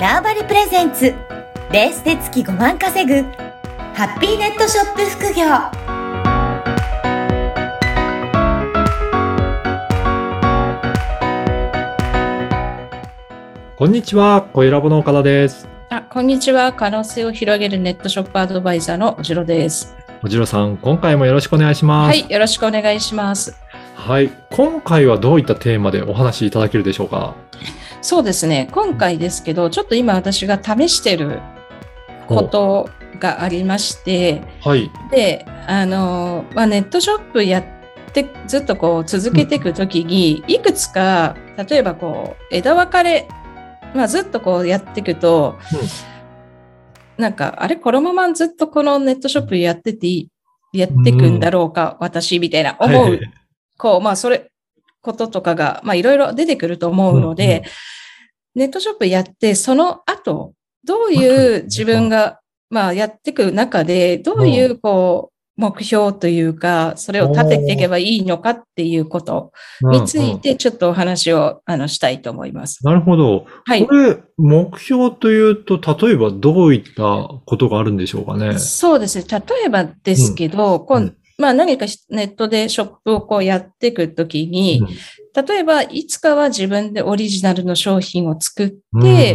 ターバリプレゼンツベースで月5万稼ぐハッピーネットショップ副業。 こんにちは、小ラボの岡田です。 こんにちは。可能性を広げるネットショップアドバイザーのおじろです。 おじろさん、今回もよろしくお願いします。 はい、よろしくお願いします。 はい、今回はどういったテーマでお話しいただけるでしょうか？ そうですね。今回ですけど、ちょっと今私が試していることがありまして、 はい。 で、ネットショップやってずっと続けていくときに、いくつか、例えば枝分かれ、ずっとやっていくと、なんか、このままずっとこのネットショップやっていくんだろうか、私、みたいな思う、こととかが、いろいろ出てくると思うので、ネットショップやって、その後、どういう自分が、やっていく中で、どういう、目標というか、それを立てていけばいいのかっていうことについて、ちょっとお話をしたいと思います。 なるほど。はい。これ、目標というと、例えばどういったことがあるんでしょうかね。 そうですね。例えばですけど、何かネットでショップをやっていくときに、例えばいつかは自分でオリジナルの商品を作って、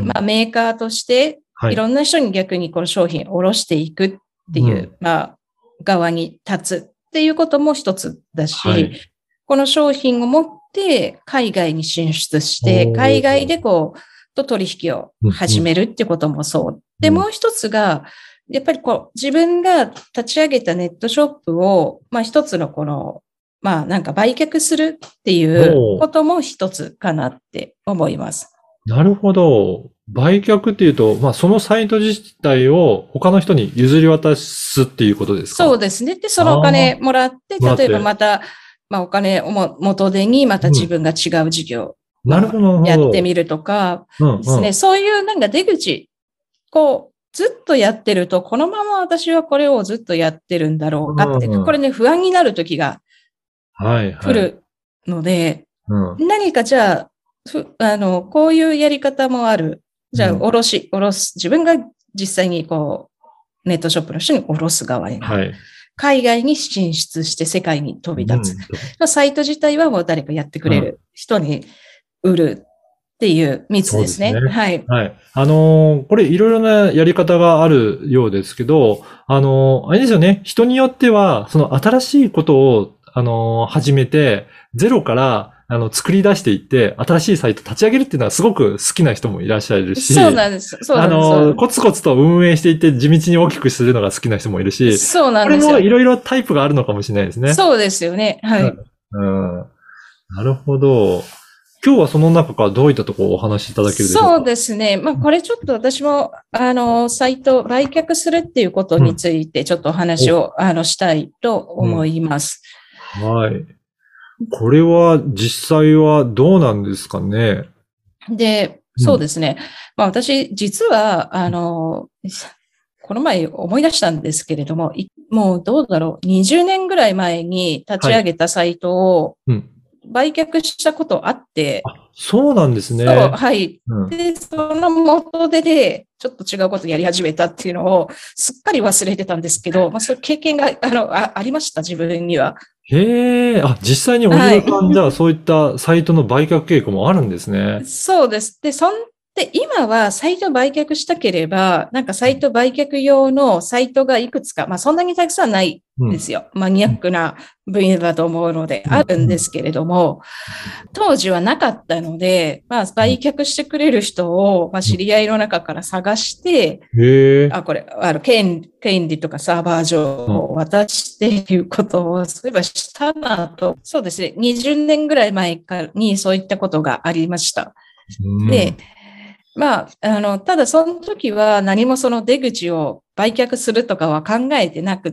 メーカーとしていろんな人に逆にこの商品を卸していくっていう、側に立つっていうことも一つだし、この商品を持って海外に進出して、海外でと取引を始めるっていうこともそう。で、もう一つが、やっぱり自分が立ち上げたネットショップを、一つのなんか売却するっていうことも一つかなって思います。 なるほど。売却っていうと、そのサイト自体を他の人に譲り渡すっていうことですか？ そうですね。で、そのお金もらって、例えばまた、お金を元手にまた自分が違う事業をやってみるとかですね。そういうなんか出口、ずっとやってると、このまま私はこれをずっとやってるんだろうかって、これね、不安になる時が来るので、何かじゃあ、こういうやり方もある。じゃあ、下ろす。自分が実際にネットショップの人に下ろす側になる。海外に進出して世界に飛び立つ。サイト自体はもう誰かやってくれる人に売るっていう3つですね。はい。 はい。これいろいろなやり方があるようですけど、あれですよね。人によっては、その新しいことを、始めて、ゼロから、作り出していって、新しいサイト立ち上げるっていうのはすごく好きな人もいらっしゃるし。 そうなんです。そうなんです。 コツコツと運営していって地道に大きくするのが好きな人もいるし。 そうなんですよ。 これもいろいろタイプがあるのかもしれないですね。 そうですよね。はい。 なるほど。今日はその中からどういったところをお話しいただけるでしょうか？ そうですね。これちょっと私も、サイト売却するっていうことについてちょっとお話を、したいと思います。 はい。これは実際はどうなんですかね？ で、そうですね。私、実は、この前思い出したんですけれども、もうどうだろう、20年ぐらい前に立ち上げたサイトを売却したことあって、 そうなんですね。 そう、はい。で、その元手で、ちょっと違うことやり始めたっていうのを、すっかり忘れてたんですけど、そういう経験が、ありました、自分には。 へえ、実際におじろさん、じゃあそういったサイトの売却傾向もあるんですね。 そうです。で、今はサイト売却したければ、なんかサイト売却用のサイトがいくつか、そんなにたくさんないんですよ。マニアックな分野だと思うので、あるんですけれども、当時はなかったので、売却してくれる人を、知り合いの中から探して、これ、権利とかサーバー上を渡していることを、そういえばしたなと、そうですね、20年ぐらい前にそういったことがありました。で、ただその時は何もその出口を売却するとかは考えてなくって、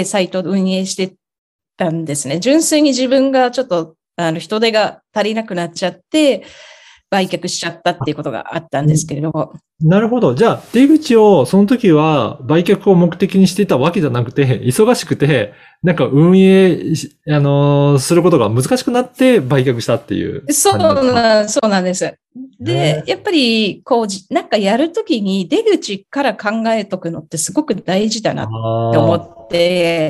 サイトを運営してたんですね。純粋に自分がちょっと、人手が足りなくなっちゃって、売却しちゃったっていうことがあったんですけれども。 なるほど。じゃあ、出口をその時は売却を目的にしていたわけじゃなくて、忙しくて、なんか運営することが難しくなって売却したっていう。 そうなんです。 で、やっぱり、なんかやるときに出口から考えとくのってすごく大事だなって思って、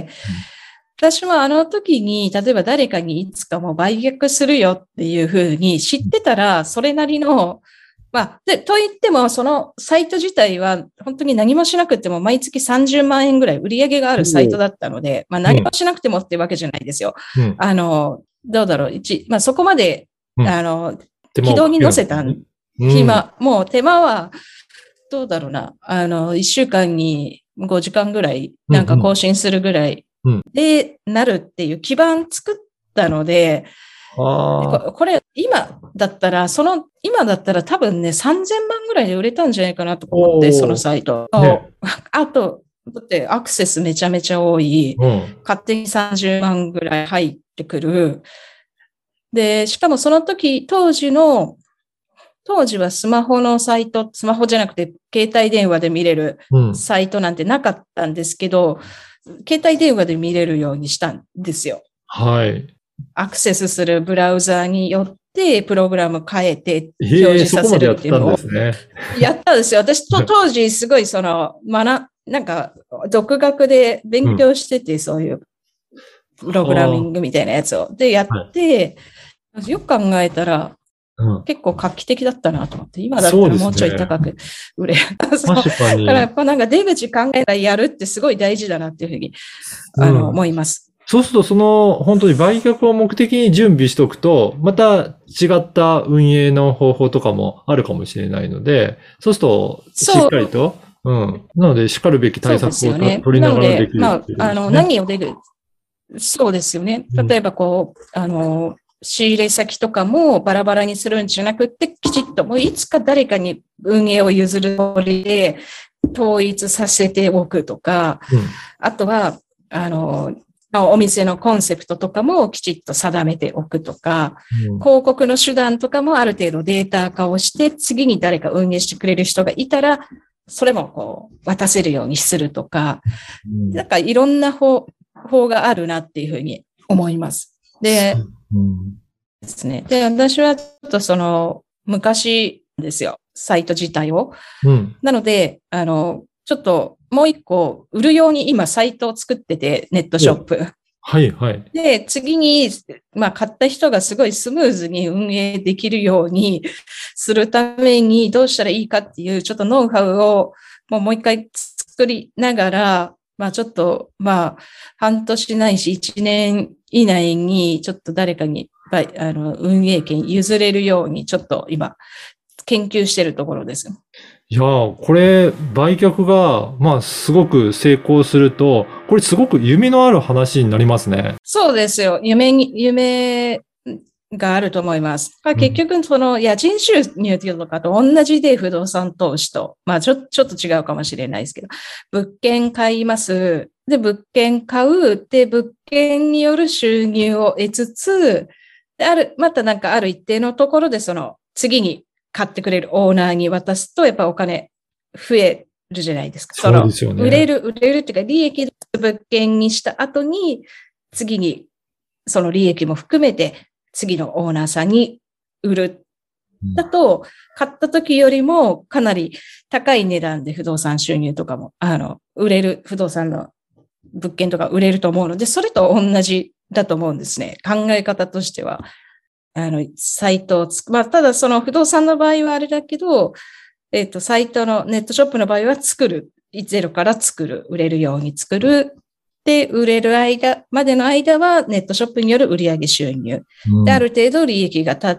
私もあの時に、例えば誰かにいつかもう売却するよっていうふうに知ってたら、それなりの、と言っても、そのサイト自体は本当に何もしなくても毎月30万円ぐらい売り上げがあるサイトだったので、何もしなくてもってわけじゃないですよ。どうだろう、そこまで、軌道に乗せたもう手間は、どうだろうな、1週間に5時間ぐらい、なんか更新するぐらいでなるっていう基盤作ったので、これ、今だったら多分ね、3000万ぐらいで売れたんじゃないかなと思って、そのサイト。あと、だってアクセスめちゃめちゃ多い、勝手に30万ぐらい入ってくる。で、しかもその時、当時はスマホのサイト、スマホじゃなくて携帯電話で見れるサイトなんてなかったんですけど、携帯電話で見れるようにしたんですよ。 はい。 アクセスするブラウザーによってプログラム変えて表示させるっていうのをやったんですよ。私当時すごいなんか独学で勉強してて、そういうプログラミングみたいなやつを。で、やって、よく考えたら、結構画期的だったなと思って、今だったらもうちょい高く売れる。 確かに。 だからやっぱなんか出口考えたらやるってすごい大事だなっていうふうに、思います。 そうすると本当に売却を目的に準備しておくと、また違った運営の方法とかもあるかもしれないので、そうすると、しっかりと、なので、しかるべき対策を取りながらできる、 何をそうですよね。例えば仕入れ先とかもバラバラにするんじゃなくて、きちっともういつか誰かに運営を譲るつもりで統一させておくとか、あとは、お店のコンセプトとかもきちっと定めておくとか、広告の手段とかもある程度データ化をして、次に誰か運営してくれる人がいたら、それも渡せるようにするとか、なんかいろんな方があるなっていうふうに思います。で、ですね。で、私はちょっと昔ですよ、サイト自体を。なので、ちょっともう一個売るように今サイトを作ってて、ネットショップ。 はいはい。 で、次に、買った人がすごいスムーズに運営できるようにするためにどうしたらいいかっていうちょっとノウハウをもう一回作りながら、ちょっと、半年ないし1年以内にちょっと誰かに、運営権譲れるようにちょっと今研究してるところです。 いやー、これ、売却が、すごく成功すると、これすごく夢のある話になりますね。 そうですよ。夢があると思います。結局、家賃収入とかと同じで不動産投資と、ちょっと違うかもしれないですけど、物件買います。で、物件買う。で、物件による収入を得つつ、またなんかある一定のところで次に買ってくれるオーナーに渡すと、やっぱお金増えるじゃないですか。 そうですよね。 売れるっていうか、利益物件にした後に、次にその利益も含めて、次のオーナーさんに売る。だと、買った時よりもかなり高い値段で不動産収入とかも、売れる、不動産の物件とか売れると思うので、それと同じだと思うんですね。考え方としては。サイトをただその不動産の場合はあれだけど、サイトのネットショップの場合はゼロから作る、売れるように作る。で、売れるまでの間はネットショップによる売上収入。で、ある程度利益が立って、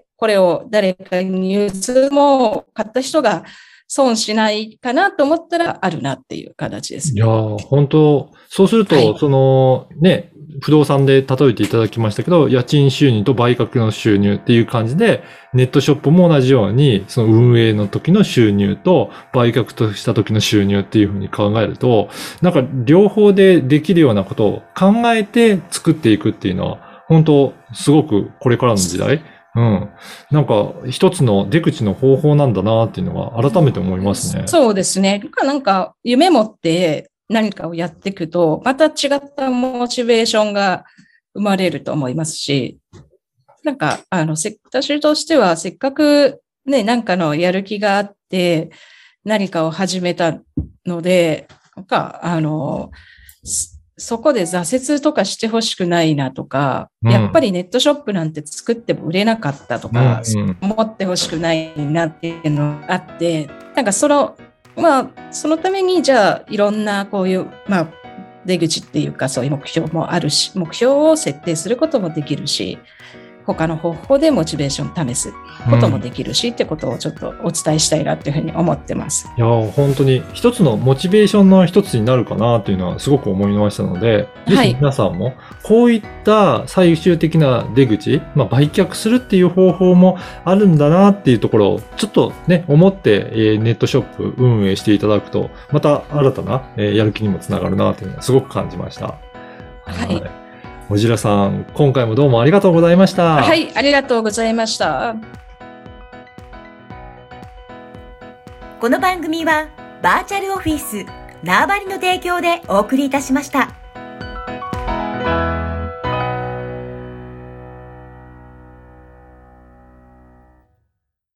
これを誰かに譲も買った人が損しないかなと思ったらあるなっていう形です。 いやー、本当そうすると、不動産で例えていただきましたけど、家賃収入と売却の収入っていう感じで、ネットショップも同じように、その運営の時の収入と売却とした時の収入っていうふうに考えると、なんか両方でできるようなことを考えて作っていくっていうのは、本当すごくこれからの時代、なんか一つの出口の方法なんだなっていうのは改めて思いますね。 そうですね。なんか夢持って何かをやっていくと、また違ったモチベーションが生まれると思いますし、なんか、私としてはせっかくね、なんかのやる気があって、何かを始めたので、なんか、そこで挫折とかしてほしくないなとか、やっぱりネットショップなんて作っても売れなかったとか、思ってほしくないなっていうのがあって、なんかそのためにじゃあいろんなこういう、出口っていうかそういう目標もあるし、目標を設定することもできるし、他の方法でモチベーションを試すこともできるし、ってことをちょっとお伝えしたいなっていうふうに思ってます。 いや、本当に一つのモチベーションの一つになるかなというのはすごく思いましたので、ぜひ皆さんもこういった最終的な出口、売却するっていう方法もあるんだなっていうところをちょっとね、思ってネットショップ運営していただくと、また新たなやる気にもつながるなというのはすごく感じました。 はい。 モジュラさん、今回もどうもありがとうございました。 はい、ありがとうございました。 この番組はバーチャルオフィス縄張りの提供でお送りいたしました。